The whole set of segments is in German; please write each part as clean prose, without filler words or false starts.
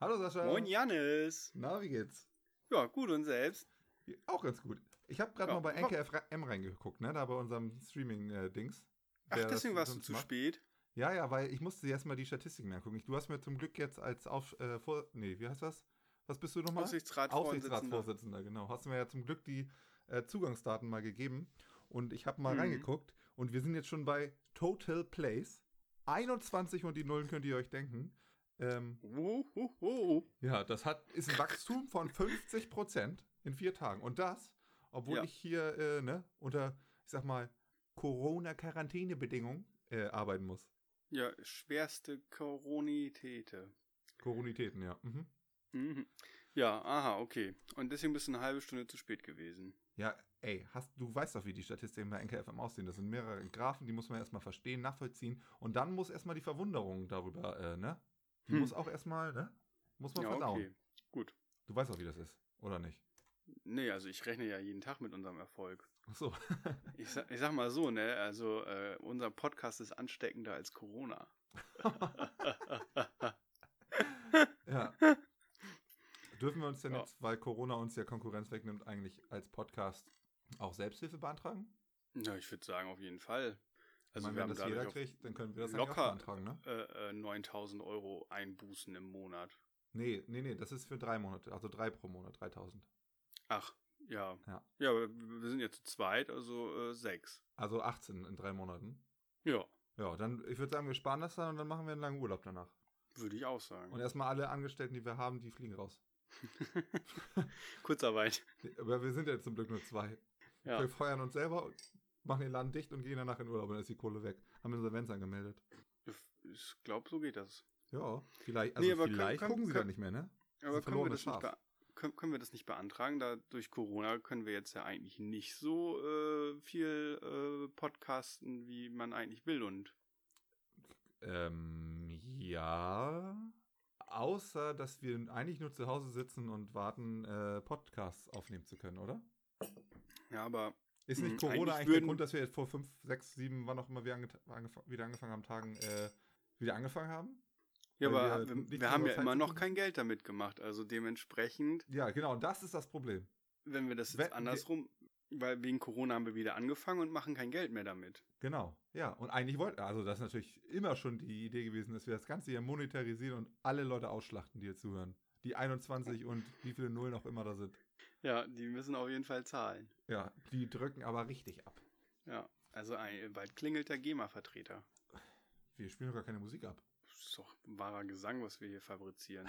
Hallo Sascha. Moin Jannis. Na, wie geht's? Ja, gut und selbst? Auch ganz gut. Ich habe gerade mal bei NKFM reingeguckt, ne, da bei unserem Streaming-Dings. Ach, deswegen warst du zu spät? Ja, weil ich musste erstmal die Statistiken angucken. Du hast mir zum Glück jetzt als wie heißt das? Was bist du nochmal? Aufsichtsratsvorsitzender, genau. Hast du mir ja zum Glück die Zugangsdaten mal gegeben. Und ich habe mal reingeguckt. Und wir sind jetzt schon bei Total Plays. 21 und die Nullen könnt ihr euch denken. Ja, ist ein Wachstum von 50% in 4 Tagen. Und das, obwohl ich hier unter, ich sag mal, Corona-Quarantäne-Bedingungen arbeiten muss. Ja, schwerste Koronitäten, ja. Mhm. Mhm. Ja, aha, okay. Und deswegen bist du eine halbe Stunde zu spät gewesen. Ja, ey, du weißt doch, wie die Statistiken bei NKFM aussehen. Das sind mehrere Graphen, die muss man erstmal verstehen, nachvollziehen. Und dann muss erstmal die Verwunderung darüber, Die muss auch erstmal, muss man verdauen. Okay, gut. Du weißt auch, wie das ist, oder nicht? Nee, also ich rechne ja jeden Tag mit unserem Erfolg. Ach so. ich sag mal so, ne, also unser Podcast ist ansteckender als Corona. Ja. Dürfen wir uns denn jetzt, weil Corona uns ja Konkurrenz wegnimmt, eigentlich als Podcast auch Selbsthilfe beantragen? Ja, ich würde sagen, auf jeden Fall. Also wenn das jeder kriegt, dann können wir das locker auch beantragen, ne? 9.000 € einbußen im Monat. Nee, das ist für 3 Monate, also 3 pro Monat, 3.000. Ach, ja. Ja, aber wir sind jetzt zu zweit, also 6. Also 18 in 3 Monaten? Ja. Ja, dann, ich würde sagen, wir sparen das dann und dann machen wir einen langen Urlaub danach. Würde ich auch sagen. Und erstmal alle Angestellten, die wir haben, die fliegen raus. Kurzarbeit. Aber wir sind ja zum Glück nur 2. Ja. Wir feuern uns selber, machen den Laden dicht und gehen danach in Urlaub und dann ist die Kohle weg. Haben wir Insolvenz angemeldet. Ich glaube, so geht das. Ja, vielleicht, also vielleicht gucken sie da nicht mehr, ne? Aber können wir das nicht beantragen? Da durch Corona können wir jetzt ja eigentlich nicht so viel podcasten, wie man eigentlich will und ja. Außer, dass wir eigentlich nur zu Hause sitzen und warten, Podcasts aufnehmen zu können, oder? Ja, aber ist nicht Corona eigentlich der Grund, dass wir jetzt vor 5, 6, 7, wann auch immer wir wieder angefangen haben, Tagen, wieder angefangen haben? Ja, aber wir haben ja immer noch kein Geld damit gemacht, also dementsprechend. Ja, genau, das ist das Problem. Wenn wir das jetzt andersrum, weil wegen Corona haben wir wieder angefangen und machen kein Geld mehr damit. Genau, ja. Und eigentlich also das ist natürlich immer schon die Idee gewesen, dass wir das Ganze hier monetarisieren und alle Leute ausschlachten, die hier zuhören. Die 21 und wie viele Nullen auch immer da sind. Ja, die müssen auf jeden Fall zahlen. Ja, die drücken aber richtig ab. Ja, also bald klingelt der GEMA-Vertreter. Wir spielen doch gar keine Musik ab. Das ist doch wahrer Gesang, was wir hier fabrizieren.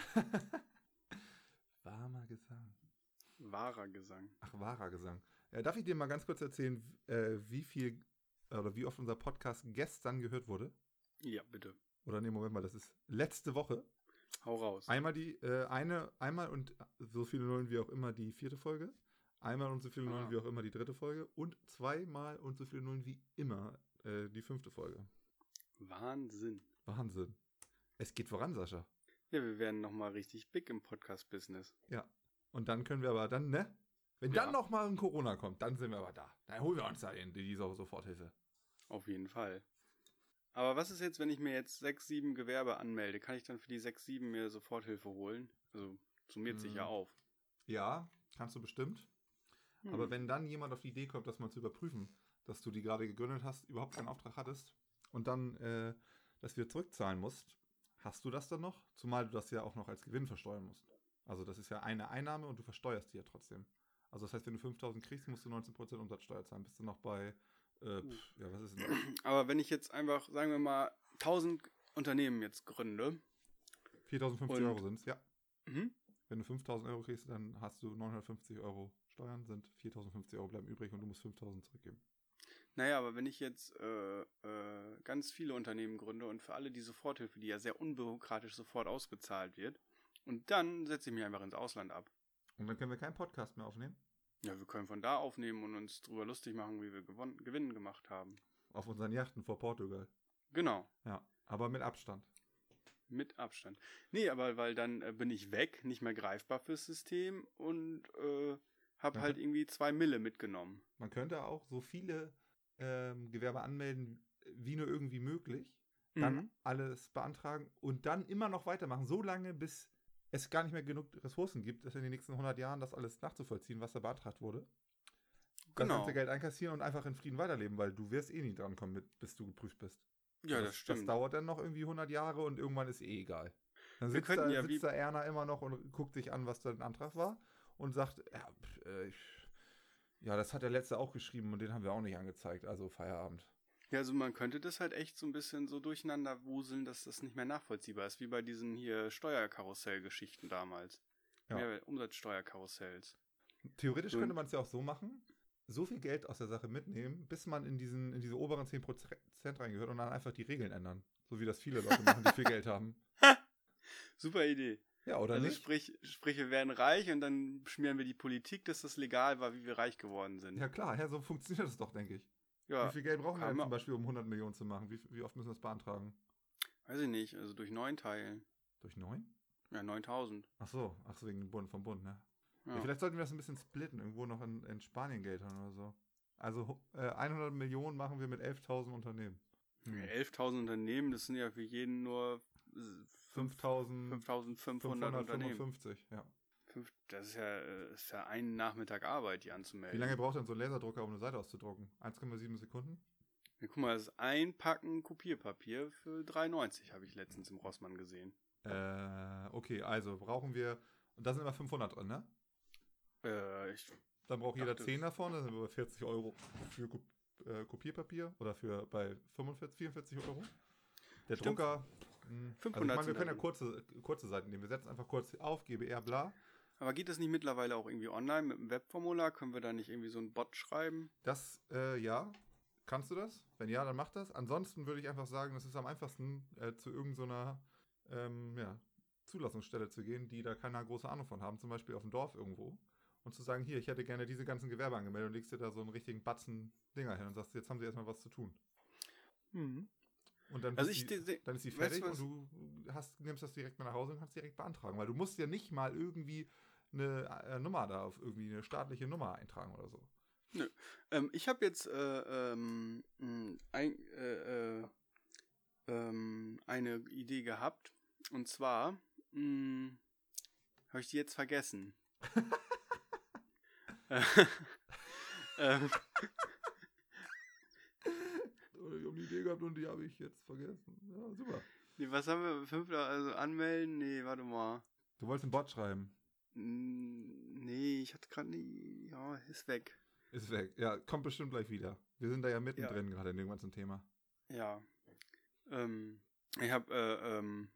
Wahrer Gesang. Wahrer Gesang. Ach, wahrer Gesang. Darf ich dir mal ganz kurz erzählen, wie oft unser Podcast gestern gehört wurde? Ja, bitte. Oder nee, Moment mal, das ist letzte Woche. Hau raus. Einmal einmal und so viele Nullen wie auch immer die 4. Folge. Einmal und so viele Nullen wie auch immer die 3. Folge. Und 2-mal und so viele Nullen wie immer die 5. Folge. Wahnsinn. Es geht voran, Sascha. Ja, wir werden nochmal richtig big im Podcast-Business. Ja. Und dann können wir aber dann, ne? Wenn dann nochmal ein Corona kommt, dann sind wir aber da. Dann holen wir uns da die Soforthilfe. Auf jeden Fall. Aber was ist jetzt, wenn ich mir jetzt 6, 7 Gewerbe anmelde? Kann ich dann für die 6, 7 mir Soforthilfe holen? Also summiert sich ja auf. Ja, kannst du bestimmt. Aber wenn dann jemand auf die Idee kommt, das mal zu überprüfen, dass du die gerade gegründet hast, überhaupt keinen Auftrag hattest und dann das wieder zurückzahlen musst, hast du das dann noch? Zumal du das ja auch noch als Gewinn versteuern musst. Also das ist ja eine Einnahme und du versteuerst die ja trotzdem. Also das heißt, wenn du 5.000 kriegst, musst du 19% Umsatzsteuer zahlen. Bist du noch bei, was ist denn das? Aber wenn ich jetzt einfach, sagen wir mal, 1.000 Unternehmen jetzt gründe. 4.050 € sind es, ja. Wenn du 5.000 € kriegst, dann hast du 950 € Steuern, sind 4.050 € bleiben übrig und du musst 5.000 zurückgeben. Naja, aber wenn ich jetzt ganz viele Unternehmen gründe und für alle die Soforthilfe, die ja sehr unbürokratisch sofort ausgezahlt wird, und dann setze ich mich einfach ins Ausland ab. Und dann können wir keinen Podcast mehr aufnehmen? Ja, wir können von da aufnehmen und uns drüber lustig machen, wie wir Gewinn gemacht haben. Auf unseren Yachten vor Portugal. Genau. Ja, aber mit Abstand. Mit Abstand. Nee, aber weil dann bin ich weg, nicht mehr greifbar fürs System und habe halt irgendwie 2 Mille mitgenommen. Man könnte auch so viele Gewerbe anmelden, wie nur irgendwie möglich. Dann alles beantragen und dann immer noch weitermachen. So lange, bis es gar nicht mehr genug Ressourcen gibt, dass in den nächsten 100 Jahren das alles nachzuvollziehen, was da beantragt wurde. Das Genau. ganze Geld einkassieren und einfach in Frieden weiterleben, weil du wirst eh nie dran kommen, bis du geprüft bist. Ja, Und das stimmt. Das dauert dann noch irgendwie 100 Jahre und irgendwann ist eh egal. Dann Wir sitzt könnten ja da Erna immer noch und guckt sich an, was da ein Antrag war und sagt, ja, das hat der Letzte auch geschrieben und den haben wir auch nicht angezeigt, also Feierabend. Ja, also man könnte das halt echt so ein bisschen so durcheinander wuseln, dass das nicht mehr nachvollziehbar ist, wie bei diesen hier Steuerkarussell-Geschichten damals. Ja. Umsatzsteuerkarussells. Theoretisch könnte man es ja auch so machen, so viel Geld aus der Sache mitnehmen, bis man in diese oberen 10% reingehört und dann einfach die Regeln ändern. So wie das viele Leute machen, die viel Geld haben. Super Idee. Ja, oder also nicht? Sprich, wir werden reich und dann schmieren wir die Politik, dass das legal war, wie wir reich geworden sind. Ja klar, so funktioniert das doch, denke ich. Ja, wie viel Geld brauchen wir denn zum Beispiel, um 100 Millionen zu machen? Wie oft müssen wir das beantragen? Weiß ich nicht, also durch 9 teilen. Durch 9? Ja, 9000. Ach so, wegen dem Bund, vom Bund, ne? Ja. Ja, vielleicht sollten wir das ein bisschen splitten, irgendwo noch in Spanien Geld haben oder so. Also 100 Millionen machen wir mit 11.000 Unternehmen. 11.000 Unternehmen, das sind ja für jeden nur 5.500 Unternehmen. 55, ja. Das ist ja ein Nachmittag Arbeit, die anzumelden. Wie lange braucht denn so ein Laserdrucker, um eine Seite auszudrucken? 1,7 Sekunden? Ja, guck mal, das ist ein Packen Kopierpapier für 3,90 habe ich letztens im Rossmann gesehen. Okay, also brauchen wir, und da sind immer 500 drin, ne? Dann braucht jeder 10 davon, das sind über 40 Euro für Kopierpapier oder bei 44 Euro. Der Stimmt. Drucker, 500 also ich meine, wir können ja kurze Seiten nehmen. Wir setzen einfach kurz auf, GBR, bla. Aber geht das nicht mittlerweile auch irgendwie online mit einem Webformular? Können wir da nicht irgendwie so einen Bot schreiben? Das, ja. Kannst du das? Wenn ja, dann mach das. Ansonsten würde ich einfach sagen, das ist am einfachsten, zu irgendeiner Zulassungsstelle zu gehen, die da keine große Ahnung von haben, zum Beispiel auf dem Dorf irgendwo. Und zu sagen, hier, ich hätte gerne diese ganzen Gewerbe angemeldet und legst dir da so einen richtigen Batzen Dinger hin und sagst, jetzt haben sie erstmal was zu tun. Mhm. Und dann, dann ist sie fertig und du nimmst das direkt mal nach Hause und kannst direkt beantragen. Weil du musst ja nicht mal irgendwie eine Nummer da auf irgendwie eine staatliche Nummer eintragen oder so. Nö. Ich habe jetzt eine Idee gehabt. Und zwar habe ich die jetzt vergessen. Ich habe eine Idee gehabt und die habe ich jetzt vergessen. Ja, super. Nee, was haben wir? 5, also anmelden? Nee, warte mal. Du wolltest einen Bot schreiben. Nee, ich hatte gerade nie. Ja, ist weg. Ist weg. Ja, kommt bestimmt gleich wieder. Wir sind da ja mittendrin gerade in dem ganzen Thema. Ja. Ich habe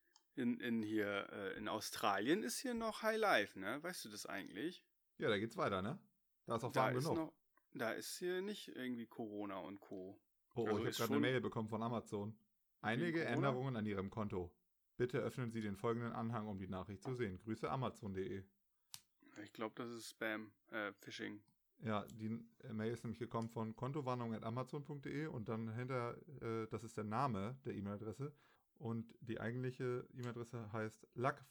in Australien ist hier noch High Life, ne? Weißt du das eigentlich? Ja, da geht's weiter, ne? Da ist auch warm genug. Da ist hier nicht irgendwie Corona und Co. Oh, also ich habe gerade eine Mail bekommen von Amazon. Einige Änderungen an Ihrem Konto. Bitte öffnen Sie den folgenden Anhang, um die Nachricht zu sehen. Grüße Amazon.de. Ich glaube, das ist Spam, Phishing. Ja, die Mail ist nämlich gekommen von kontowarnung@amazon.de und dann dahinter, das ist der Name der E-Mail-Adresse und die eigentliche E-Mail-Adresse heißt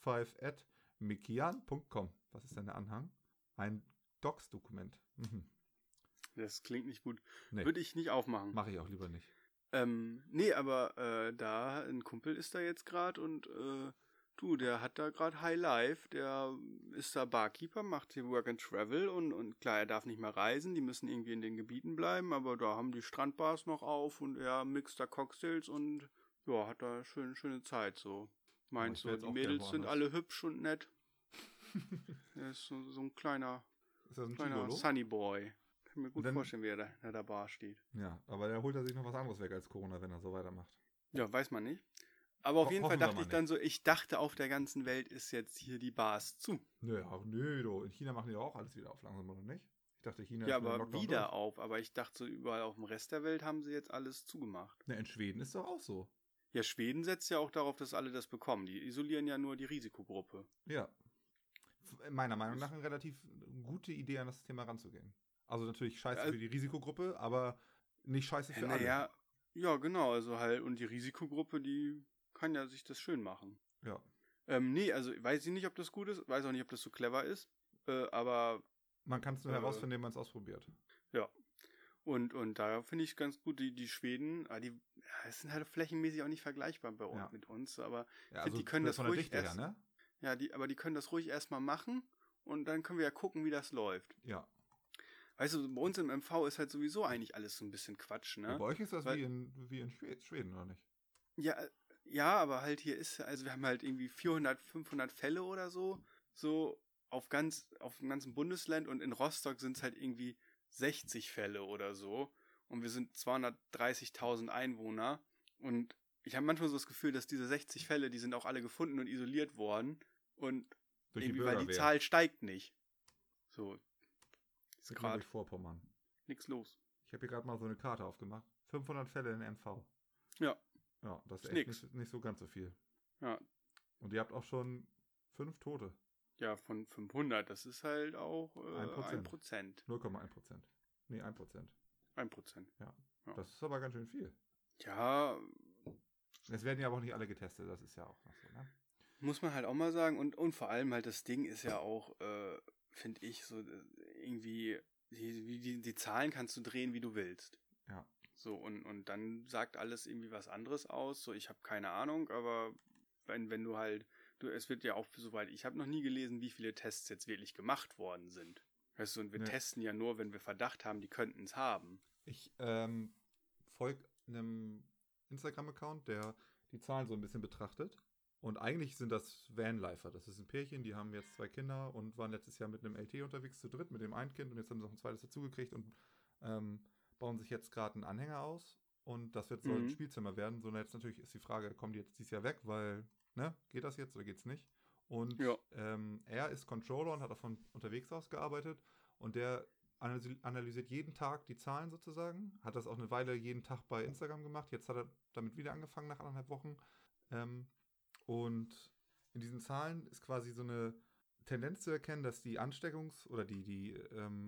luck5@mikian.com. Was ist denn der Anhang? Ein Docs-Dokument. Mhm. Das klingt nicht gut. Nee. Würde ich nicht aufmachen. Mache ich auch lieber nicht. Nee, aber da, ein Kumpel ist da jetzt gerade und der hat da gerade High Life, der ist da Barkeeper, macht hier Work and Travel und klar, er darf nicht mehr reisen, die müssen irgendwie in den Gebieten bleiben, aber da haben die Strandbars noch auf und er mixt da Cocktails und ja, hat da schöne Zeit so. Meint so, die Mädels sind alle hübsch und nett. Er ist so ein kleiner Sunny Boy. Kann mir gut vorstellen, wie er da in der Bar steht. Ja, aber da holt er sich noch was anderes weg als Corona, wenn er so weitermacht. Ja, weiß man nicht. Aber auf jeden Fall dachte ich dann so, ich dachte, auf der ganzen Welt ist jetzt hier die Bars zu. Nö, in China machen die auch alles wieder auf langsam, oder nicht? Ich dachte, China ist aber wieder auf. Aber ich dachte so, überall auf dem Rest der Welt haben sie jetzt alles zugemacht. Ne, in Schweden ist doch auch so. Ja, Schweden setzt ja auch darauf, dass alle das bekommen. Die isolieren ja nur die Risikogruppe. Ja. Meiner Meinung nach eine relativ gute Idee, an das Thema ranzugehen. Also natürlich scheiße für die Risikogruppe, aber nicht scheiße für alle. Ja, genau. Also halt, und die Risikogruppe, die kann ja sich das schön machen. Ja. Nee, also weiß ich nicht, ob das gut ist. Weiß auch nicht, ob das so clever ist. Aber man kann es nur herausfinden, indem man es ausprobiert. Ja. Und da finde ich ganz gut, die Schweden, das sind halt flächenmäßig auch nicht vergleichbar mit uns, aber ja, also die können das von der ruhig Dichte her, ne? Ja, aber die können das ruhig erstmal machen und dann können wir ja gucken, wie das läuft. Ja. Weißt du, bei uns im MV ist halt sowieso eigentlich alles so ein bisschen Quatsch, Ja, ne? bei euch ist das Weil, wie in Schweden, oder nicht? ja, aber halt hier ist, also wir haben halt irgendwie 400, 500 Fälle oder so auf dem ganzen Bundesland und in Rostock sind es halt irgendwie 60 Fälle oder so und wir sind 230.000 Einwohner und ich habe manchmal so das Gefühl, dass diese 60 Fälle, die sind auch alle gefunden und isoliert worden und Durch die irgendwie, weil die Bürgerwehr. Zahl steigt nicht. So, ist Mit gerade Mecklenburg-Vorpommern. nichts los. Ich habe hier gerade mal so eine Karte aufgemacht. 500 Fälle in MV. Ja, Ja, das ist ist echt nix. nicht so ganz so viel. Ja, Und ihr habt auch schon 5 Tote. ja, von 500, das ist halt auch 1%. 1%. 0,1%. Nee, 1%. 1%. Ja. Ja. Das ist aber ganz schön viel. Ja, Es werden ja aber auch nicht alle getestet, das ist ja auch noch so, ne? muss man halt auch mal sagen. Und vor allem halt das Ding ist ja auch, finde ich, so irgendwie, die Zahlen kannst du drehen, wie du willst. Ja. So, und dann sagt alles irgendwie was anderes aus. So, ich habe keine Ahnung, aber wenn du halt, es wird ja auch, soweit, ich habe noch nie gelesen, wie viele Tests jetzt wirklich gemacht worden sind. Weißt du, und wir testen ja nur, wenn wir Verdacht haben, die könnten es haben. Ich folge einem Instagram-Account, der die Zahlen so ein bisschen betrachtet. Und eigentlich sind das Vanlifer. Das ist ein Pärchen, die haben jetzt 2 Kinder und waren letztes Jahr mit einem LT unterwegs zu dritt, mit dem einen Kind. Und jetzt haben sie noch ein zweites dazugekriegt und bauen sich jetzt gerade einen Anhänger aus. Und das soll ein Spielzimmer werden. So, und jetzt natürlich ist die Frage, kommen die jetzt dieses Jahr weg, weil, ne, geht das jetzt oder geht's nicht? Und Ja. er ist Controller und hat auch von unterwegs aus gearbeitet. Und der analysiert jeden Tag die Zahlen sozusagen. Hat das auch eine Weile jeden Tag bei Instagram gemacht. Jetzt hat er damit wieder angefangen nach 1,5 Wochen. Und in diesen Zahlen ist quasi so eine Tendenz zu erkennen, dass die oder die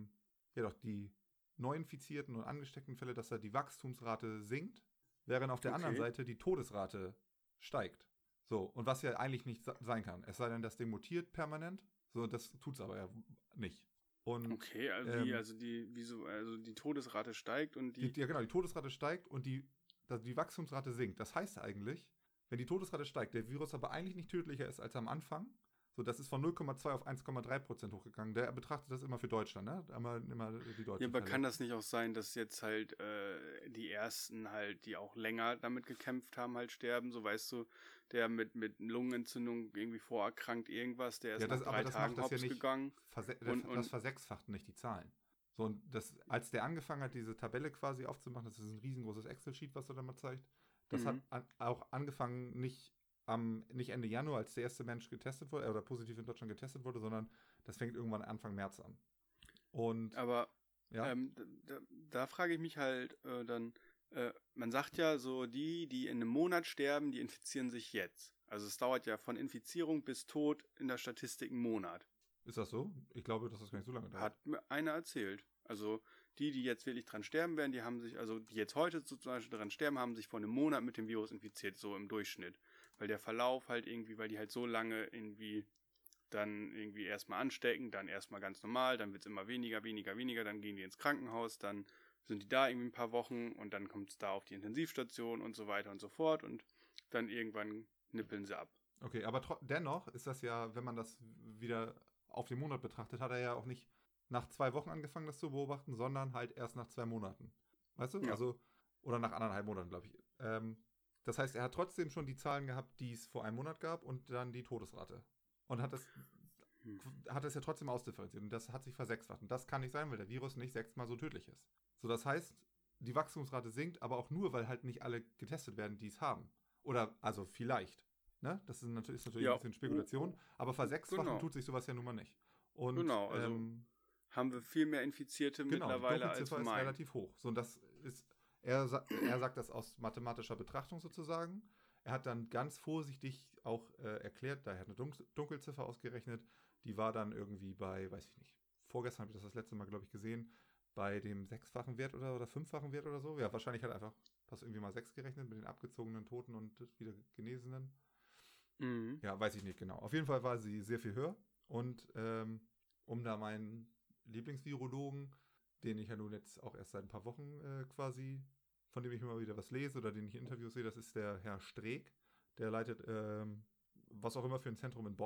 Neuinfizierten und angesteckten Fälle, dass da die Wachstumsrate sinkt, während auf der anderen Seite die Todesrate steigt. So, und was ja eigentlich nicht sein kann. Es sei denn, das Ding mutiert permanent. So, das tut es aber ja nicht. Und, okay, also die Todesrate steigt und die Todesrate steigt und die Wachstumsrate sinkt. Das heißt eigentlich, wenn die Todesrate steigt, der Virus aber eigentlich nicht tödlicher ist als am Anfang, so, das ist von 0,2 auf 1,3% hochgegangen. Der betrachtet das immer für Deutschland, ne? Immer die deutschen Ja, aber Fälle. kann das nicht auch sein, dass jetzt halt die ersten halt, die auch länger damit gekämpft haben, halt sterben? So, weißt du, der mit Lungenentzündung irgendwie vorerkrankt irgendwas, der ist nach 3 Tagen hops gegangen. Das versechsfacht nicht die Zahlen. So, und als der angefangen hat, diese Tabelle quasi aufzumachen, das ist ein riesengroßes Excel-Sheet, was er da mal zeigt, das hat auch angefangen nicht Ende Januar, als der erste Mensch getestet wurde, oder positiv in Deutschland getestet wurde, sondern das fängt irgendwann Anfang März an. Und, aber ja? Da frage ich mich halt dann, man sagt ja so, die in einem Monat sterben, die infizieren sich jetzt. Also es dauert ja von Infizierung bis Tod in der Statistik einen Monat. Ist das so? Ich glaube, dass das gar nicht so lange dauert. Hat mir einer erzählt. Also die jetzt wirklich dran sterben werden, die jetzt heute zum Beispiel dran sterben, haben sich vor einem Monat mit dem Virus infiziert, so im Durchschnitt. Weil der Verlauf halt irgendwie, weil die halt so lange irgendwie dann irgendwie erstmal anstecken, dann erstmal ganz normal, dann wird es immer weniger, dann gehen die ins Krankenhaus, dann sind die da irgendwie ein paar Wochen und dann kommt es da auf die Intensivstation und so weiter und so fort und dann irgendwann nippeln sie ab. Okay, aber dennoch ist das ja, wenn man das wieder auf den Monat betrachtet, hat er ja auch nicht nach 2 Wochen angefangen, das zu beobachten, sondern halt erst nach 2 Monaten. Weißt du? Ja. Also, oder nach 1,5 Monaten, glaube ich. Das heißt, er hat trotzdem schon die Zahlen gehabt, die es vor einem Monat gab und dann die Todesrate. Und hat es ja trotzdem ausdifferenziert. Und das hat sich versechsfacht. Und das kann nicht sein, weil der Virus nicht 6-mal so tödlich ist. So, das heißt, die Wachstumsrate sinkt, aber auch nur, weil halt nicht alle getestet werden, die es haben. Oder, also vielleicht. Ne? Das ist natürlich ein bisschen Spekulation. Aber versechsfachen tut sich sowas ja nun mal nicht. Und, genau, also haben wir viel mehr Infizierte mittlerweile als die Dunkelziffer ist relativ hoch. So, und das ist, er sagt das aus mathematischer Betrachtung sozusagen. Er hat dann ganz vorsichtig auch erklärt, da er hat eine Dunkelziffer ausgerechnet, die war dann irgendwie bei, weiß ich nicht, vorgestern habe ich das letzte Mal, glaube ich, gesehen, bei dem 6-fachen Wert oder 5-fachen Wert oder so. Ja, wahrscheinlich hat er einfach das irgendwie mal 6 gerechnet mit den abgezogenen Toten und wieder Genesenen. Ja, weiß ich nicht genau. Auf jeden Fall war sie sehr viel höher. Und um da meinen Lieblingsvirologen, den ich ja nun jetzt auch erst seit ein paar Wochen quasi, von dem ich immer wieder was lese oder den ich in Interviews sehe, das ist der Herr Streeck. Der leitet was auch immer für ein Zentrum in Bonn.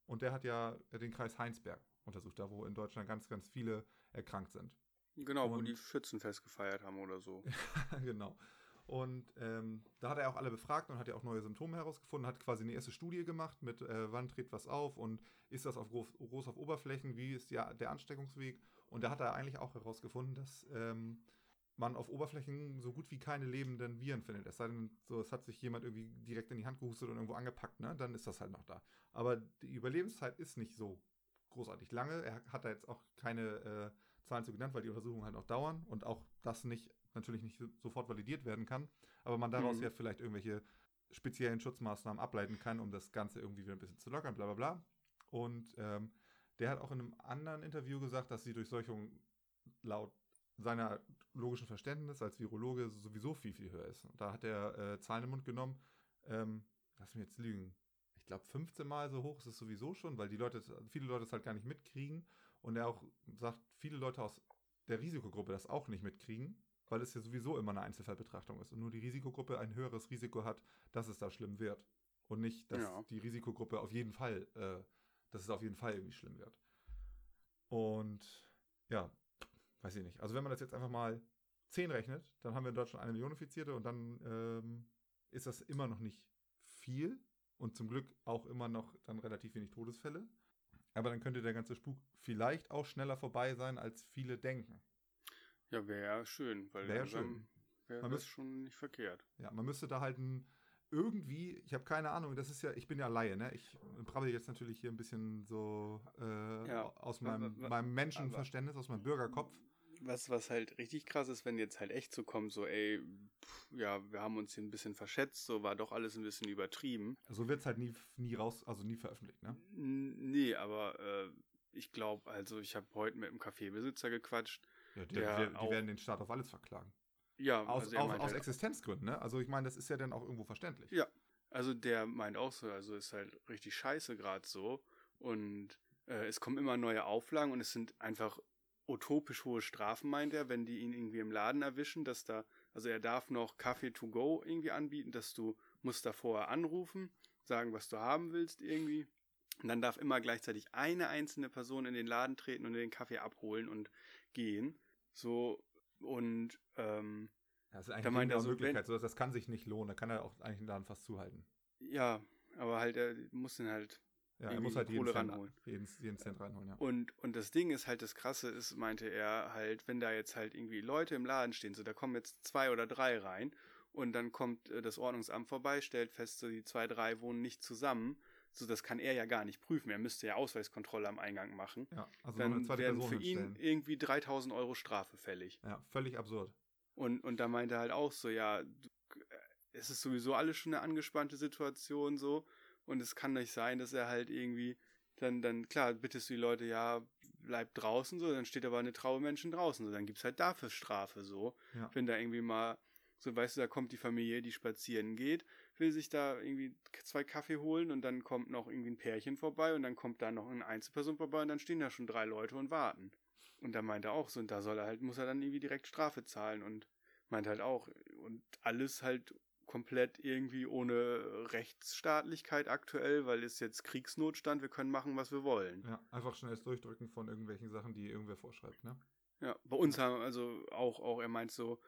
Und der hat ja den Kreis Heinsberg untersucht, da wo in Deutschland ganz, ganz viele erkrankt sind. Genau, wo die Schützenfest gefeiert haben oder so. Genau. Und da hat er auch alle befragt und hat ja auch neue Symptome herausgefunden, hat quasi eine erste Studie gemacht mit, wann tritt was auf und ist das auf groß auf Oberflächen, wie ist der Ansteckungsweg. Und da hat er eigentlich auch herausgefunden, dass man auf Oberflächen so gut wie keine lebenden Viren findet. Es sei denn, so, es hat sich jemand irgendwie direkt in die Hand gehustet und irgendwo angepackt, ne? Dann ist das halt noch da. Aber die Überlebenszeit ist nicht so großartig lange. Er hat da jetzt auch keine Zahlen zu genannt, weil die Untersuchungen halt noch dauern und auch das natürlich nicht sofort validiert werden kann. Aber man daraus ja vielleicht irgendwelche speziellen Schutzmaßnahmen ableiten kann, um das Ganze irgendwie wieder ein bisschen zu lockern, bla bla bla. Und der hat auch in einem anderen Interview gesagt, dass die Durchseuchung laut seiner logischen Verständnis als Virologe sowieso viel, viel höher ist. Und da hat er Zahlen im Mund genommen, lass mich jetzt lügen, ich glaube 15 Mal so hoch ist es sowieso schon, weil viele Leute es halt gar nicht mitkriegen. Und er auch sagt, viele Leute aus der Risikogruppe das auch nicht mitkriegen, weil es ja sowieso immer eine Einzelfallbetrachtung ist und nur die Risikogruppe ein höheres Risiko hat, dass es da schlimm wird. Und nicht, dass die Risikogruppe auf jeden Fall, dass es auf jeden Fall irgendwie schlimm wird. Und ja, weiß ich nicht. Also wenn man das jetzt einfach mal 10 rechnet, dann haben wir in Deutschland 1 Million Infizierte und dann ist das immer noch nicht viel und zum Glück auch immer noch dann relativ wenig Todesfälle. Aber dann könnte der ganze Spuk vielleicht auch schneller vorbei sein, als viele denken. Ja, wäre ja schön, weil wäre das schon nicht verkehrt. Ja, man müsste da halt irgendwie, ich habe keine Ahnung, das ist ja, ich bin ja Laie, ne? Ich brabbel jetzt natürlich hier ein bisschen so aus meinem Menschenverständnis, aus meinem Bürgerkopf. Was halt richtig krass ist, wenn jetzt halt echt so kommt, so ey, wir haben uns hier ein bisschen verschätzt, so war doch alles ein bisschen übertrieben. So wird es halt nie nie veröffentlicht, ne? Nee, aber ich glaube, also ich habe heute mit einem Kaffeebesitzer gequatscht. Ja, die werden den Staat auf alles verklagen. Ja, aus Existenzgründen, ne? Also ich meine, das ist ja dann auch irgendwo verständlich. Ja, also der meint auch so, also ist halt richtig scheiße gerade so und es kommen immer neue Auflagen und es sind einfach utopisch hohe Strafen, meint er, wenn die ihn irgendwie im Laden erwischen, also er darf noch Kaffee to go irgendwie anbieten, musst da vorher anrufen, sagen, was du haben willst irgendwie. Und dann darf immer gleichzeitig eine einzelne Person in den Laden treten und den Kaffee abholen und gehen. So, und das ist eigentlich eine Möglichkeit, so, das kann sich nicht lohnen, da kann er auch eigentlich den Laden fast zuhalten. Ja, aber halt, er muss den halt er muss halt Kohle ranholen. Jeden Cent reinholen, ja. Und das Ding ist halt, das Krasse ist, meinte er halt, wenn da jetzt halt irgendwie Leute im Laden stehen, so da kommen jetzt 2 oder 3 rein und dann kommt das Ordnungsamt vorbei, stellt fest, so die 2, 3 wohnen nicht zusammen, so das kann er ja gar nicht prüfen, er müsste ja Ausweiskontrolle am Eingang machen. Ja, also dann eine zweite werden Person für ihn irgendwie 3.000 € Strafe fällig. Ja, völlig absurd. Und da meinte er halt auch so, ja, es ist sowieso alles schon eine angespannte Situation so und es kann nicht sein, dass er halt irgendwie dann klar, bittest du die Leute, ja, bleib draußen so, dann steht aber eine Traube Menschen draußen so, dann gibt's halt dafür Strafe so. Ja. Wenn da irgendwie mal, so weißt du, da kommt die Familie, die spazieren geht, will sich da irgendwie 2 Kaffee holen und dann kommt noch irgendwie ein Pärchen vorbei und dann kommt da noch eine Einzelperson vorbei und dann stehen da schon 3 Leute und warten. Und da meint er auch so, und da muss er dann irgendwie direkt Strafe zahlen und meint halt auch, und alles halt komplett irgendwie ohne Rechtsstaatlichkeit aktuell, weil es jetzt Kriegsnotstand, wir können machen, was wir wollen. Ja, einfach schnell das Durchdrücken von irgendwelchen Sachen, die irgendwer vorschreibt, ne? Ja, bei uns haben also auch er meint so,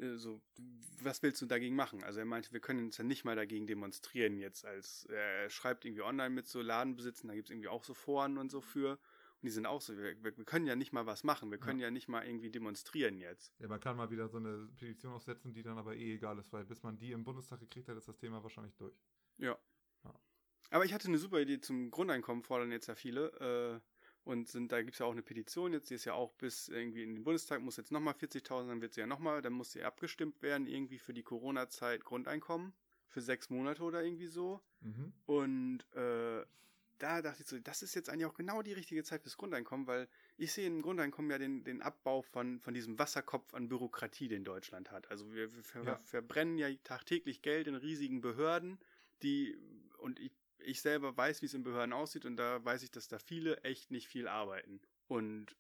was willst du dagegen machen? Also er meinte, wir können uns ja nicht mal dagegen demonstrieren jetzt, er schreibt irgendwie online mit so Ladenbesitzen, da gibt es irgendwie auch so Foren und so für. Und die sind auch so, wir können ja nicht mal was machen, wir können ja nicht mal irgendwie demonstrieren jetzt. Ja, man kann mal wieder so eine Petition aufsetzen, die dann aber egal ist, weil bis man die im Bundestag gekriegt hat, ist das Thema wahrscheinlich durch. Ja. Aber ich hatte eine super Idee zum Grundeinkommen, fordern jetzt ja viele. Da gibt es ja auch eine Petition jetzt, die ist ja auch bis irgendwie in den Bundestag, muss jetzt nochmal 40.000, dann wird sie ja nochmal, dann muss sie abgestimmt werden, irgendwie für die Corona-Zeit Grundeinkommen, für 6 Monate oder irgendwie so. Mhm. Und da dachte ich so, das ist jetzt eigentlich auch genau die richtige Zeit fürs Grundeinkommen, weil ich sehe im Grundeinkommen ja den Abbau von diesem Wasserkopf an Bürokratie, den Deutschland hat. Also wir verbrennen ja tagtäglich Geld in riesigen Behörden, und ich selber weiß, wie es in Behörden aussieht, und da weiß ich, dass da viele echt nicht viel arbeiten. Und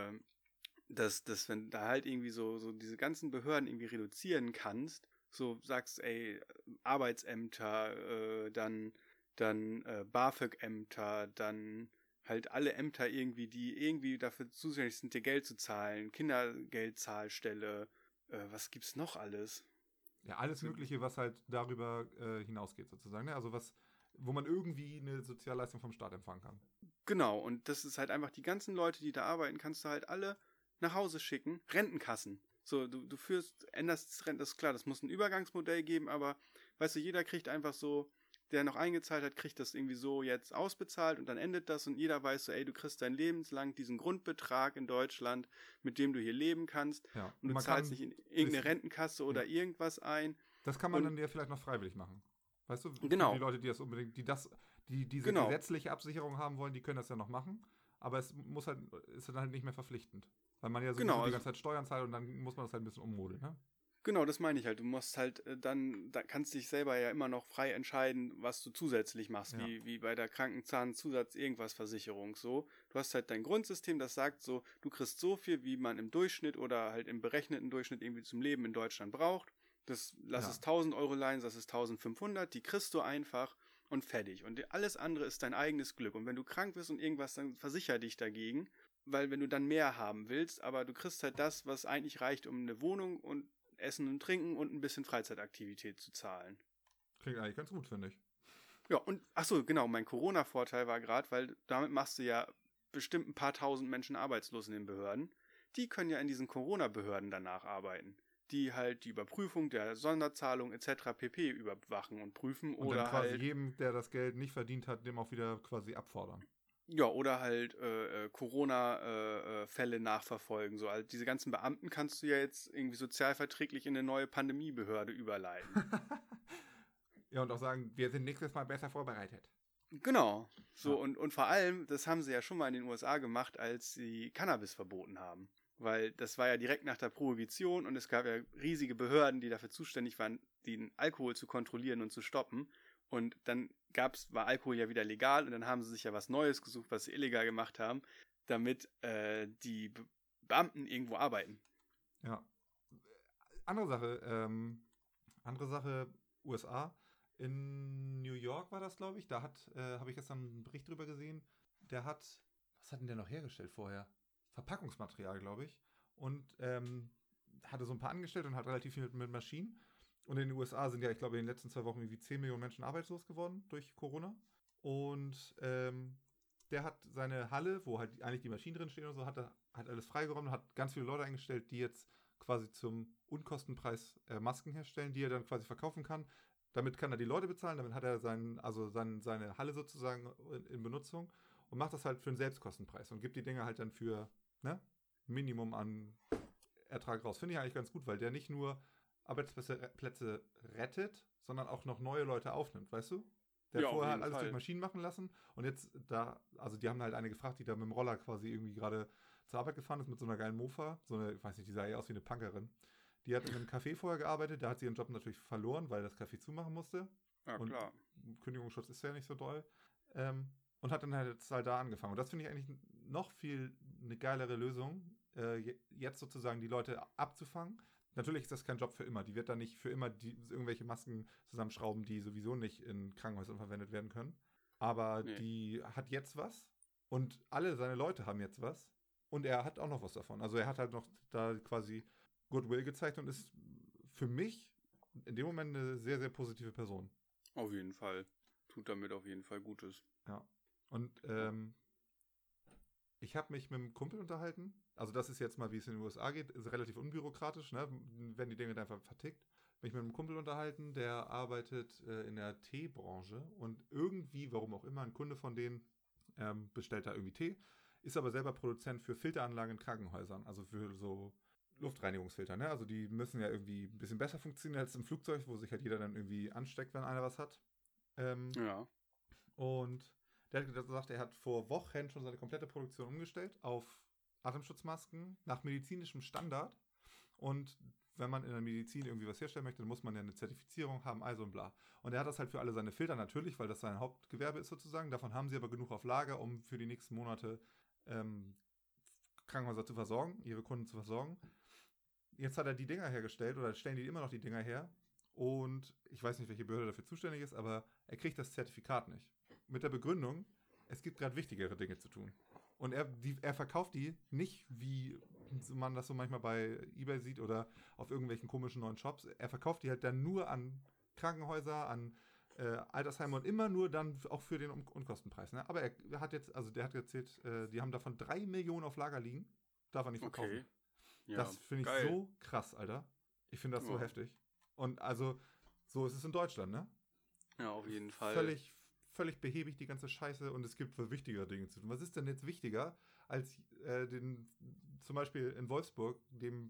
dass wenn da halt irgendwie so diese ganzen Behörden irgendwie reduzieren kannst, so sagst, ey, Arbeitsämter, dann dann BAföG-Ämter, dann halt alle Ämter irgendwie, die irgendwie dafür zuständig sind, dir Geld zu zahlen, Kindergeldzahlstelle, was gibt's noch alles? Ja, alles Mögliche, was halt darüber hinausgeht sozusagen. Ne? Also wo man irgendwie eine Sozialleistung vom Staat empfangen kann. Genau, und das ist halt einfach die ganzen Leute, die da arbeiten, kannst du halt alle nach Hause schicken. Rentenkassen. So, du änderst das Renten, das ist klar, das muss ein Übergangsmodell geben, aber weißt du, jeder kriegt einfach so, der noch eingezahlt hat, kriegt das irgendwie so jetzt ausbezahlt und dann endet das und jeder weiß so, ey, du kriegst dein lebenslang diesen Grundbetrag in Deutschland, mit dem du hier leben kannst Ja. und du zahlst nicht in irgendeine Rentenkasse oder irgendwas ein. Das kann man dann ja vielleicht noch freiwillig machen. Weißt du, Genau. für die Leute, die das unbedingt, die diese Genau. gesetzliche Absicherung haben wollen, die können das ja noch machen. Aber es ist dann halt nicht mehr verpflichtend. Weil man ja sowieso Genau, die ganze Zeit Steuern zahlt und dann muss man das halt ein bisschen ummodeln, ne? Genau, das meine ich halt. Du musst halt da kannst dich selber ja immer noch frei entscheiden, was du zusätzlich machst, Ja. wie bei der Krankenzahn-Zusatz irgendwas Versicherung so. Du hast halt dein Grundsystem, das sagt so, du kriegst so viel, wie man im Durchschnitt oder halt im berechneten Durchschnitt irgendwie zum Leben in Deutschland braucht. Lass es 1.000 Euro leihen, das ist 1.500, die kriegst du einfach und fertig. Und alles andere ist dein eigenes Glück. Und wenn du krank bist und irgendwas, dann versicher dich dagegen, weil wenn du dann mehr haben willst, aber du kriegst halt das, was eigentlich reicht, um eine Wohnung und Essen und Trinken und ein bisschen Freizeitaktivität zu zahlen. Klingt eigentlich ganz gut, finde ich. Ja, und achso, genau, mein Corona-Vorteil war gerade, weil damit machst du ja bestimmt ein paar tausend Menschen arbeitslos in den Behörden. Die können ja in diesen Corona-Behörden danach arbeiten, die halt die Überprüfung der Sonderzahlung etc. pp. Überwachen und prüfen Und oder dann quasi halt jedem, der das Geld nicht verdient hat, dem auch wieder quasi abfordern. ja, oder halt Corona-Fälle nachverfolgen. So, also diese ganzen Beamten kannst du ja jetzt irgendwie sozialverträglich in eine neue Pandemiebehörde überleiten. Ja, und auch sagen, wir sind nächstes Mal besser vorbereitet. Genau. So, Ja. und vor allem, das haben sie ja schon mal in den USA gemacht, als sie Cannabis verboten haben. Weil das war ja direkt nach der Prohibition und es gab ja riesige Behörden, die dafür zuständig waren, den Alkohol zu kontrollieren und zu stoppen. Und dann war Alkohol ja wieder legal und dann haben sie sich ja was Neues gesucht, was sie illegal gemacht haben, damit die Beamten irgendwo arbeiten. Ja. Andere Sache, USA. In New York war das, glaube ich. Da habe ich gestern einen Bericht drüber gesehen. Was hat denn der noch hergestellt vorher? Verpackungsmaterial, glaube ich. Und hatte so ein paar angestellt und hat relativ viel mit Maschinen. Und in den USA sind ja, ich glaube, in den letzten 2 Wochen irgendwie 10 Millionen Menschen arbeitslos geworden durch Corona. Und der hat seine Halle, wo halt eigentlich die Maschinen drinstehen und so, hat alles freigeräumt und hat ganz viele Leute eingestellt, die jetzt quasi zum Unkostenpreis Masken herstellen, die er dann quasi verkaufen kann. Damit kann er die Leute bezahlen, damit hat er seine Halle sozusagen in Benutzung und macht das halt für einen Selbstkostenpreis und gibt die Dinge halt dann für Minimum an Ertrag raus. Finde ich eigentlich ganz gut, weil der nicht nur Arbeitsplätze rettet, sondern auch noch neue Leute aufnimmt, weißt du? Der hat vorher halt alles durch Maschinen machen lassen und jetzt die haben halt eine gefragt, die da mit dem Roller quasi irgendwie gerade zur Arbeit gefahren ist mit so einer geilen Mofa, ich weiß nicht, die sah eher aus wie eine Punkerin. Die hat in einem Café vorher gearbeitet, da hat sie ihren Job natürlich verloren, weil das Café zumachen musste. Ja, und klar. Kündigungsschutz ist ja nicht so doll. Und hat dann halt jetzt halt da angefangen. Und das finde ich eigentlich noch viel eine geilere Lösung, jetzt sozusagen die Leute abzufangen. Natürlich ist das kein Job für immer. Die wird dann nicht für immer irgendwelche Masken zusammenschrauben, die sowieso nicht in Krankenhäusern verwendet werden können. Aber die hat jetzt was und alle seine Leute haben jetzt was und er hat auch noch was davon. Also er hat halt noch da quasi Goodwill gezeigt und ist für mich in dem Moment eine sehr, sehr positive Person. Auf jeden Fall. Tut damit auf jeden Fall Gutes. Ja. Und ich habe mich mit einem Kumpel unterhalten. Also das ist jetzt mal, wie es in den USA geht, ist relativ unbürokratisch, ne? Werden die Dinge einfach vertickt. Mich mit einem Kumpel unterhalten, der arbeitet in der Teebranche und irgendwie, warum auch immer, ein Kunde von denen bestellt da irgendwie Tee, ist aber selber Produzent für Filteranlagen in Krankenhäusern, also für so Luftreinigungsfilter, ne? Also die müssen ja irgendwie ein bisschen besser funktionieren als im Flugzeug, wo sich halt jeder dann irgendwie ansteckt, wenn einer was hat. Ja. Und der hat gesagt, er hat vor Wochen schon seine komplette Produktion umgestellt auf Atemschutzmasken nach medizinischem Standard. Und wenn man in der Medizin irgendwie was herstellen möchte, dann muss man ja eine Zertifizierung haben, also und bla. Und er hat das halt für alle seine Filter natürlich, weil das sein Hauptgewerbe ist sozusagen. Davon haben sie aber genug auf Lager, um für die nächsten Monate Krankenhäuser zu versorgen, ihre Kunden zu versorgen. Jetzt hat er die Dinger hergestellt oder stellen die immer noch die Dinger her und ich weiß nicht, welche Behörde dafür zuständig ist, aber er kriegt das Zertifikat nicht. Mit der Begründung, es gibt gerade wichtigere Dinge zu tun. Und er verkauft die nicht, wie man das so manchmal bei eBay sieht oder auf irgendwelchen komischen neuen Shops. Er verkauft die halt dann nur an Krankenhäuser, an Altersheime und immer nur dann auch für den Unkostenpreis. Ne? Aber er hat jetzt, also der hat erzählt, die haben davon 3 Millionen auf Lager liegen. Darf er nicht verkaufen. Okay. Ja, das finde ich so krass, Alter. Ich finde das so heftig. Und also, so ist es in Deutschland, ne? Ja, auf jeden Fall. Völlig behäbig die ganze Scheiße und es gibt für wichtigere Dinge zu tun. Was ist denn jetzt wichtiger, als zum Beispiel in Wolfsburg,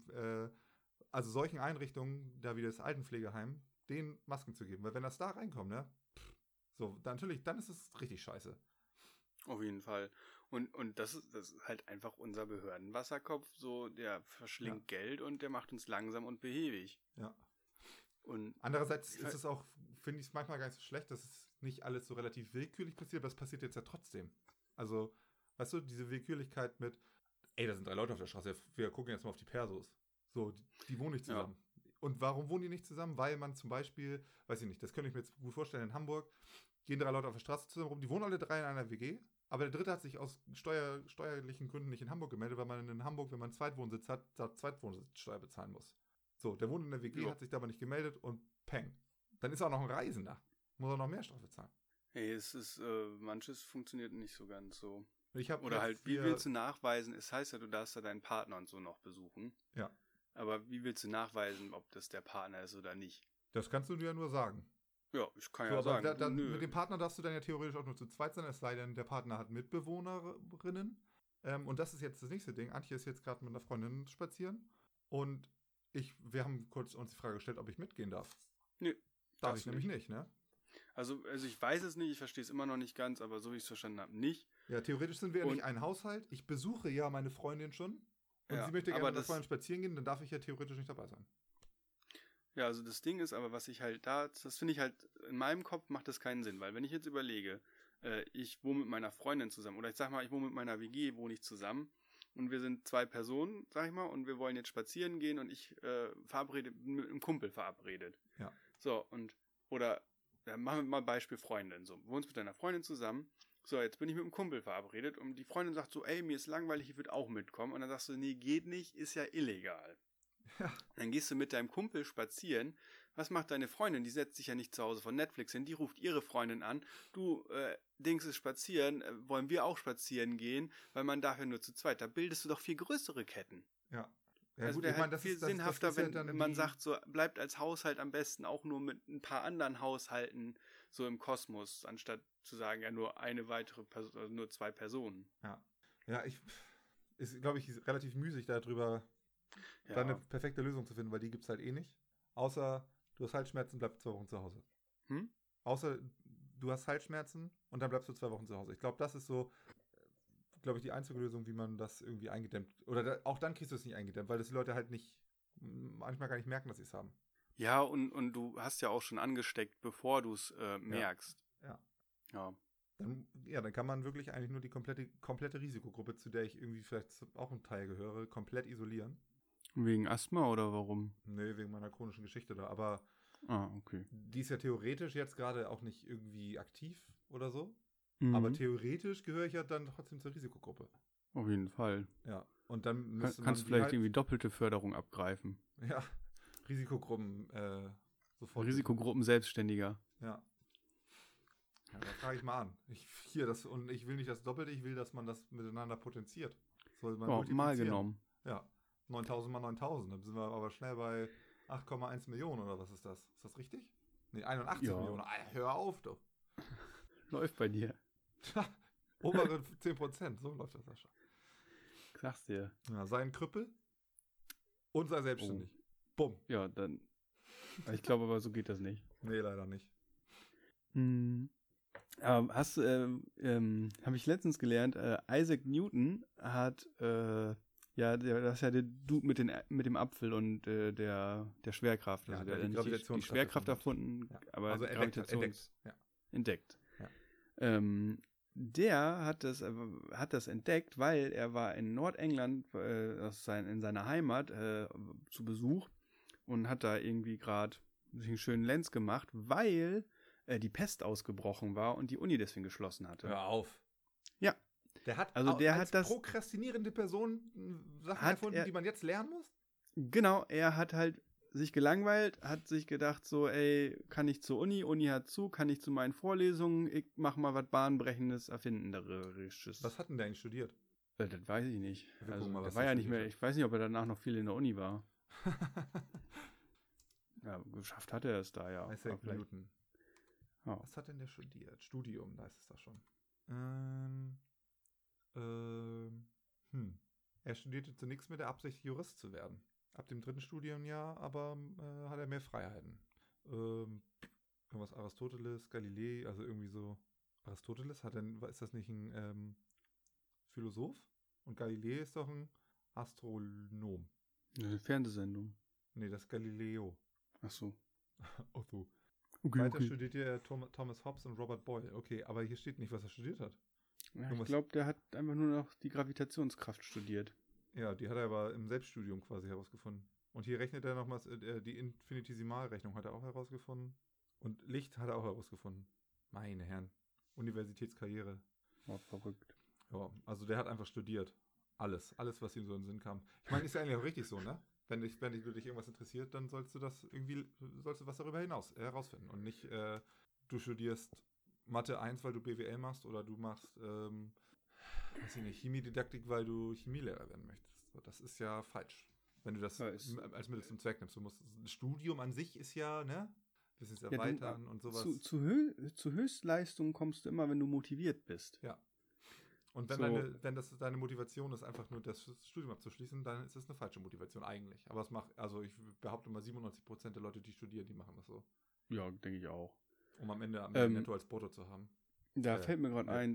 also solchen Einrichtungen, da wie das Altenpflegeheim, den Masken zu geben? Weil wenn das da reinkommt, ne? Dann ist es richtig scheiße. Auf jeden Fall. Und das ist halt einfach unser Behördenwasserkopf, so, der verschlingt Geld und der macht uns langsam und behäbig. Ja. Und andererseits ist es auch, finde ich es manchmal gar nicht so schlecht, dass es nicht alles so relativ willkürlich passiert, aber es passiert jetzt ja trotzdem. Also, weißt du, diese Willkürlichkeit mit, da sind 3 Leute auf der Straße, wir gucken jetzt mal auf die Persos. So, die wohnen nicht zusammen. Ja. Und warum wohnen die nicht zusammen? Weil man zum Beispiel, weiß ich nicht, das könnte ich mir jetzt gut vorstellen, in Hamburg gehen 3 Leute auf der Straße zusammen rum, die wohnen alle 3 in einer WG, aber der dritte hat sich aus steuerlichen Gründen nicht in Hamburg gemeldet, weil man in Hamburg, wenn man einen Zweitwohnsitz hat, Zweitwohnsitzsteuer bezahlen muss. So, der wohnt in der WG, hat sich da aber nicht gemeldet und peng. Dann ist er auch noch ein Reisender. Muss er noch mehr Strafe zahlen. Hey, es ist, manches funktioniert nicht so ganz so. Oder halt, wie willst du nachweisen, es heißt ja, du darfst ja deinen Partner und so noch besuchen. Ja. Aber wie willst du nachweisen, ob das der Partner ist oder nicht? Das kannst du dir ja nur sagen. Ja, ich kann ja sagen. Mit dem Partner darfst du dann ja theoretisch auch nur zu zweit sein, es sei denn, der Partner hat Mitbewohnerinnen. Und das ist jetzt das nächste Ding. Antje ist jetzt gerade mit einer Freundin spazieren und wir haben kurz uns die Frage gestellt, ob ich mitgehen darf. Nö. Darf ich nämlich nicht, ne? Also ich weiß es nicht, ich verstehe es immer noch nicht ganz, aber so wie ich es verstanden habe, nicht. Ja, theoretisch sind wir ja nicht ein Haushalt. Ich besuche ja meine Freundin schon. Und sie möchte gerne mit der Freundin spazieren gehen, dann darf ich ja theoretisch nicht dabei sein. Ja, also das Ding ist aber, was ich halt das finde ich halt, in meinem Kopf macht das keinen Sinn, weil wenn ich jetzt überlege, ich wohne mit meiner Freundin zusammen, oder ich sag mal, ich wohne mit meiner WG, wohne ich zusammen, und wir sind 2 Personen, sag ich mal, und wir wollen jetzt spazieren gehen und ich mit einem Kumpel verabredet. Ja. So, oder machen wir mal Beispiel Freundin, so, wohnst mit deiner Freundin zusammen, so, jetzt bin ich mit einem Kumpel verabredet und die Freundin sagt so, ey, mir ist langweilig, ich würde auch mitkommen, und dann sagst du, nee, geht nicht, ist ja illegal. Ja. Dann gehst du mit deinem Kumpel spazieren. Was macht deine Freundin? Die setzt sich ja nicht zu Hause von Netflix hin. Die ruft ihre Freundin an. Du, Dings ist spazieren. Wollen wir auch spazieren gehen? Weil man darf ja nur zu zweit. Da bildest du doch viel größere Ketten. Ja. Also der halt viel sinnhafter, wenn man sagt, so bleibt als Haushalt am besten auch nur mit ein paar anderen Haushalten so im Kosmos, anstatt zu sagen, ja nur eine weitere Person, also nur 2 Personen. Ja. Ja, ist, glaube ich, relativ müßig darüber, da eine perfekte Lösung zu finden, weil die gibt es halt eh nicht. Außer du hast Halsschmerzen, bleibst 2 Wochen zu Hause. Außer du hast Halsschmerzen und dann bleibst du 2 Wochen zu Hause. Ich glaube, das ist so, glaube ich, die einzige Lösung, wie man das irgendwie eingedämmt. Oder auch dann kriegst du es nicht eingedämmt, weil das die Leute halt manchmal gar nicht merken, dass sie es haben. Ja, und du hast ja auch schon angesteckt, bevor du es merkst. Ja. Dann kann man wirklich eigentlich nur die komplette Risikogruppe, zu der ich irgendwie vielleicht auch ein Teil gehöre, komplett isolieren. Wegen Asthma oder warum? Nee, wegen meiner chronischen Geschichte da. Aber okay. Die ist ja theoretisch jetzt gerade auch nicht irgendwie aktiv oder so. Mhm. Aber theoretisch gehöre ich ja dann trotzdem zur Risikogruppe. Auf jeden Fall. Ja. Und dann kannst du vielleicht halt irgendwie doppelte Förderung abgreifen. Ja. Risikogruppen sofort. Risikogruppen Selbstständiger. Ja. Ja, da frage ich mal an. Ich will nicht das Doppelte, ich will, dass man das miteinander potenziert. Soll man mal genommen. Ja. 9.000 mal 9.000. Dann sind wir aber schnell bei 8,1 Millionen oder was ist das? Ist das richtig? Nee, 81 Millionen. Hör auf, doch. Läuft bei dir. Obere 10%. So läuft das ja schon. Sag's dir. Ja, sei ein Krüppel und sei selbstständig. Bumm. Ja, dann. Ich glaube aber, so geht das nicht. Nee, leider nicht. Habe ich letztens gelernt, Isaac Newton hat das ist ja der Dude mit dem Apfel und der Schwerkraft. Also der hat die Schwerkraft erfunden, aber also entdeckt. Ja. Der hat das entdeckt, weil er war in Nordengland in seiner Heimat zu Besuch und hat da irgendwie gerade sich einen schönen Lenz gemacht, weil die Pest ausgebrochen war und die Uni deswegen geschlossen hatte. Hör auf. Ja. Der hat hat das prokrastinierende Person Sachen hat erfunden, die man jetzt lernen muss? Genau, er hat halt sich gelangweilt, hat sich gedacht so, ey, kann ich zur Uni hat zu, kann ich zu meinen Vorlesungen, ich mach mal was Bahnbrechendes, Erfinderisches. Was hat denn der eigentlich studiert? Das weiß ich nicht. Wir Also, gucken mal, der was war der ja nicht mehr, studiert ich weiß nicht, ob er danach noch viel in der Uni war. Ja, geschafft hat er es da, ja. Isaac Aber Newton. Ja. Was hat denn der studiert? Studium, da ist es doch schon. Er studierte zunächst mit der Absicht, Jurist zu werden. Ab dem 3. Studienjahr aber hat er mehr Freiheiten. Irgendwas Aristoteles, Galilei, also irgendwie so. Aristoteles ist das nicht ein Philosoph? Und Galilei ist doch ein Astronom. Eine Fernsehsendung. Nee, das ist Galileo. Ach so. Oh so. Okay, Weiter studierte er Thomas Hobbes und Robert Boyle. Okay, aber hier steht nicht, was er studiert hat. Ja, ich glaube, der hat einfach nur noch die Gravitationskraft studiert. Ja, die hat er aber im Selbststudium quasi herausgefunden. Und hier rechnet er nochmals, die Infinitesimalrechnung hat er auch herausgefunden. Und Licht hat er auch herausgefunden. Meine Herren. Universitätskarriere. War verrückt. Ja, also der hat einfach studiert. Alles, was ihm so in den Sinn kam. Ich meine, ist ja eigentlich auch richtig so, ne? Wenn dich irgendwas interessiert, dann sollst du was darüber hinaus herausfinden. Und nicht, du studierst Mathe 1, weil du BWL machst, oder du machst, weiß ich nicht, Chemiedidaktik, weil du Chemielehrer werden möchtest. So, das ist ja falsch. Wenn du das als Mittel zum Zweck nimmst. Das Studium an sich ist ja, ne? Wissenserweitern und sowas. Zu Höchstleistungen kommst du immer, wenn du motiviert bist. Ja. Und wenn das deine Motivation ist, einfach nur das Studium abzuschließen, dann ist das eine falsche Motivation eigentlich. Aber ich behaupte mal, 97% der Leute, die studieren, die machen das so. Ja, denke ich auch. Um am Ende Netto als Brutto zu haben. Da fällt mir gerade ein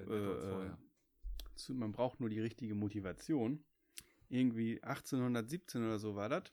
man braucht nur die richtige Motivation. Irgendwie 1817 oder so war das.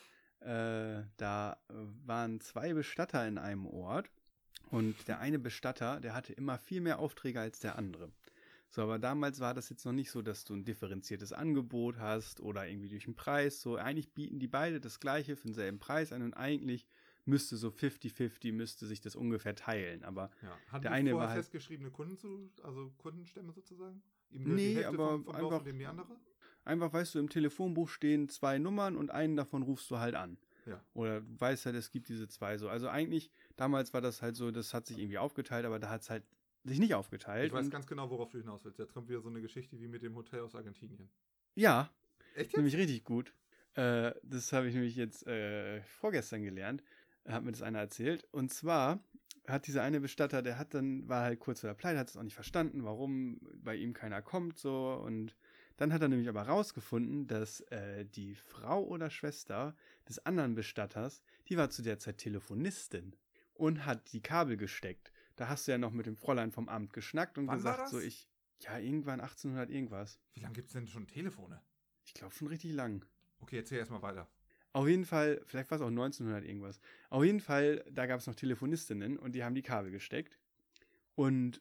Da waren 2 Bestatter in einem Ort. Und der eine Bestatter, der hatte immer viel mehr Aufträge als der andere. So, aber damals war das jetzt noch nicht so, dass du ein differenziertes Angebot hast oder irgendwie durch den Preis. So, eigentlich bieten die beide das Gleiche für denselben Preis an und eigentlich müsste so 50-50 müsste sich das ungefähr teilen. Aber Hatten der die eine vorher war halt festgeschriebene Kundenstämme sozusagen? Nee, aber einfach die andere? Einfach, weißt du, im Telefonbuch stehen 2 Nummern und einen davon rufst du halt an. Ja. Oder du weißt halt, es gibt diese 2 so. Also eigentlich, damals war das halt so, das hat sich irgendwie aufgeteilt, aber da hat es halt sich nicht aufgeteilt. Ich weiß ganz genau, worauf du hinaus willst. Jetzt kommt wieder so eine Geschichte wie mit dem Hotel aus Argentinien. Ja. Echt jetzt? Nämlich richtig gut. Das habe ich nämlich jetzt vorgestern gelernt. Hat mir das einer erzählt. Und zwar hat dieser eine Bestatter, war halt kurz vor der Pleite, hat es auch nicht verstanden, warum bei ihm keiner kommt, so. Und dann hat er nämlich aber rausgefunden, dass die Frau oder Schwester des anderen Bestatters, die war zu der Zeit Telefonistin und hat die Kabel gesteckt. Da hast du ja noch mit dem Fräulein vom Amt geschnackt und Wann gesagt, war das? so irgendwann 1800 irgendwas. Wie lange gibt es denn schon Telefone? Ich glaube schon richtig lang. Okay, erzähl erstmal weiter. Auf jeden Fall, vielleicht war es auch 1900 irgendwas. Auf jeden Fall, da gab es noch Telefonistinnen und die haben die Kabel gesteckt. Und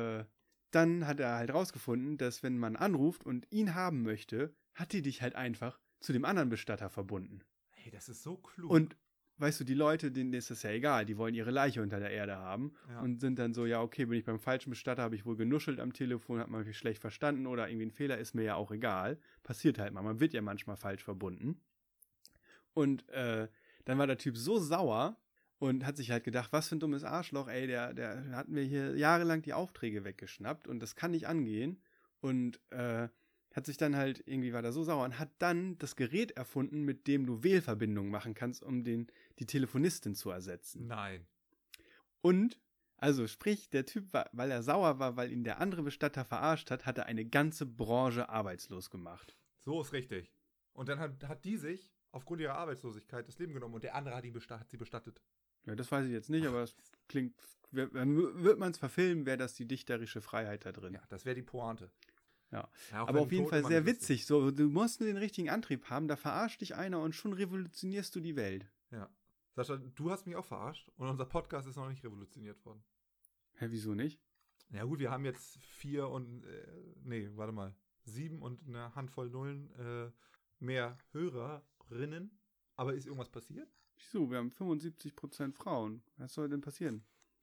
dann hat er halt rausgefunden, dass wenn man anruft und ihn haben möchte, hat die dich halt einfach zu dem anderen Bestatter verbunden. Hey, das ist so klug. Und weißt du, die Leute, denen ist das ja egal, die wollen ihre Leiche unter der Erde haben und sind dann so, ja okay, bin ich beim falschen Bestatter, habe ich wohl genuschelt am Telefon, hat man mich schlecht verstanden oder irgendwie ein Fehler, ist mir ja auch egal. Passiert halt mal, man wird ja manchmal falsch verbunden. Und dann war der Typ so sauer und hat sich halt gedacht, was für ein dummes Arschloch, ey, der hat mir hier jahrelang die Aufträge weggeschnappt und das kann nicht angehen. Und hat sich dann halt, irgendwie war da so sauer und hat dann das Gerät erfunden, mit dem du Wählverbindungen machen kannst, um die Telefonistin zu ersetzen. Nein. Und, also sprich, der Typ war, weil er sauer war, weil ihn der andere Bestatter verarscht hat, hat er eine ganze Branche arbeitslos gemacht. So ist richtig. Und dann hat die sich aufgrund ihrer Arbeitslosigkeit das Leben genommen und der andere hat sie bestattet. Ja, das weiß ich jetzt nicht, aber es klingt, wird man es verfilmen, wäre das die dichterische Freiheit da drin. Ja, das wäre die Pointe. Ja, aber auf jeden Fall sehr witzig. So, du musst nur den richtigen Antrieb haben, da verarscht dich einer und schon revolutionierst du die Welt. Ja. Sascha, du hast mich auch verarscht und unser Podcast ist noch nicht revolutioniert worden. Hä, wieso nicht? Ja gut, wir haben jetzt 7 und eine Handvoll Nullen mehr Hörerinnen. Aber ist irgendwas passiert? Wieso? Wir haben 75% Frauen. Was soll denn passieren?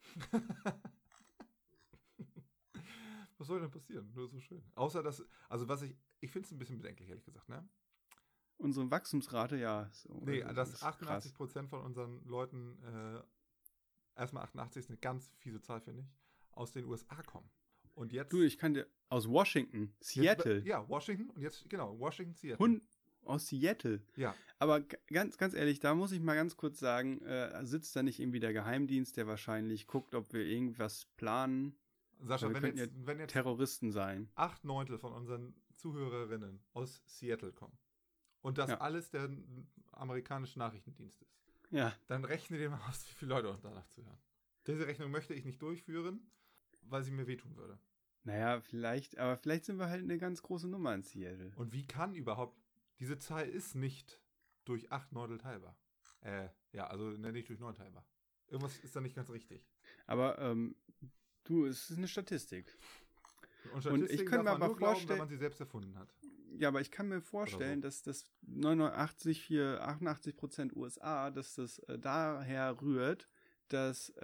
Was soll denn passieren? Nur so schön. Außer, dass, also ich finde es ein bisschen bedenklich, ehrlich gesagt, ne? Unsere Wachstumsrate, ja. So, Nee, das dass ist krass. 88% von unseren Leuten, erstmal 88 ist eine ganz fiese Zahl, finde ich, aus den USA kommen. Und jetzt. Du, ich kann dir aus Washington, Seattle. Ja, Washington und jetzt, genau, Washington, Seattle. Aus Seattle. Ja. Aber ganz ehrlich, da muss ich mal ganz kurz sagen, sitzt da nicht irgendwie der Geheimdienst, der wahrscheinlich guckt, ob wir irgendwas planen? Sascha, wir wenn könnten jetzt Terroristen sein. 8/9 von unseren Zuhörerinnen aus Seattle kommen und das Ja. alles der amerikanische Nachrichtendienst ist, Ja. dann rechne dir mal aus, wie viele Leute uns danach zuhören. Diese Rechnung möchte ich nicht durchführen, weil sie mir wehtun würde. Naja, vielleicht sind wir halt eine ganz große Nummer in Seattle. Und wie kann überhaupt, diese Zahl ist nicht durch 8/9 teilbar. Ja, also nicht durch 9 teilbar. Irgendwas ist da nicht ganz richtig. Aber, du, es ist eine Statistik. Und Statistiken ich kann mir darf man aber nur glauben, vorstellen, wenn man sie selbst erfunden hat. ja, aber ich kann mir vorstellen, dass das 88% USA, dass das daher rührt, dass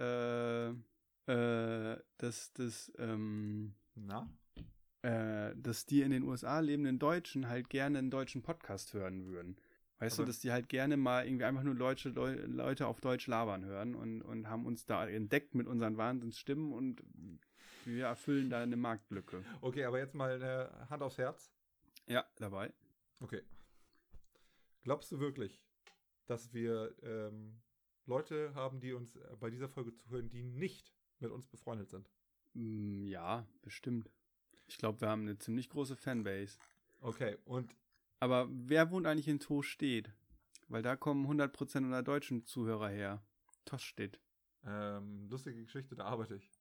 dass die in den USA lebenden Deutschen halt gerne einen deutschen Podcast hören würden. Weißt du, dass die halt gerne mal irgendwie einfach nur Leute auf Deutsch labern hören und haben uns da entdeckt mit unseren Wahnsinnsstimmen und wir erfüllen da eine Marktlücke. Okay, aber jetzt mal Hand aufs Herz. Ja, dabei. Okay. Glaubst du wirklich, dass wir Leute haben, die uns bei dieser Folge zuhören, die nicht mit uns befreundet sind? Ja, bestimmt. Ich glaube, wir haben eine ziemlich große Fanbase. Okay, und aber wer wohnt eigentlich in Tostedt? Weil da kommen 100% unserer deutschen Zuhörer her. Tostedt. Lustige Geschichte, da arbeite ich.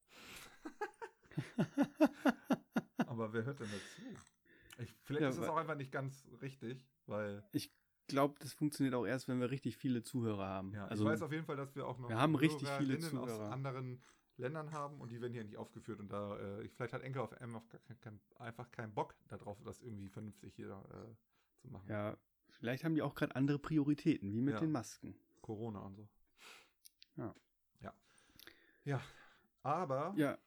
Aber wer hört denn dazu? Vielleicht ist das auch einfach nicht ganz richtig, weil... Ich glaube, das funktioniert auch erst, wenn wir richtig viele Zuhörer haben. Ja, also, ich weiß auf jeden Fall, dass wir auch noch wir haben richtig viele Zuhörerinnen Zuhörer aus anderen Ländern haben und die werden hier nicht aufgeführt. Und da, vielleicht hat Enker einfach keinen Bock darauf, das irgendwie vernünftig hier zu machen. Ja, vielleicht haben die auch gerade andere Prioritäten, wie mit den Masken. Corona und so. Ja. Ja. Ja, aber ja.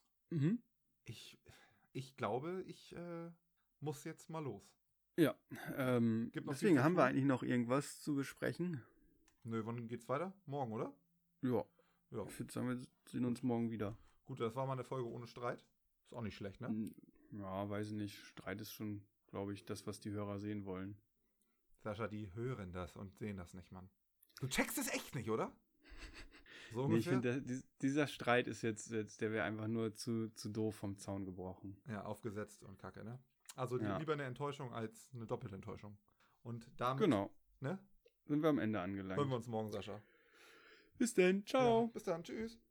Ich glaube, ich muss jetzt mal los. Ja, deswegen haben wir eigentlich noch irgendwas zu besprechen. Nö, wann geht's weiter? Morgen, oder? Ja. Ich würde sagen, wir sehen uns morgen wieder. Gut, das war mal eine Folge ohne Streit. Ist auch nicht schlecht, ne? Ja, weiß ich nicht. Streit ist schon, glaube ich, das, was die Hörer sehen wollen. Sascha, die hören das und sehen das nicht, Mann. Du checkst es echt nicht, oder? So nee, ungefähr? Ich finde, dieser Streit ist jetzt der wäre einfach nur zu doof vom Zaun gebrochen. Ja, aufgesetzt und kacke, ne? Also lieber eine Enttäuschung als eine doppelte Enttäuschung. Und damit, genau. Ne? Sind wir am Ende angelangt. Hören wir uns morgen, Sascha. Bis dann, ciao. Ja, bis dann, tschüss.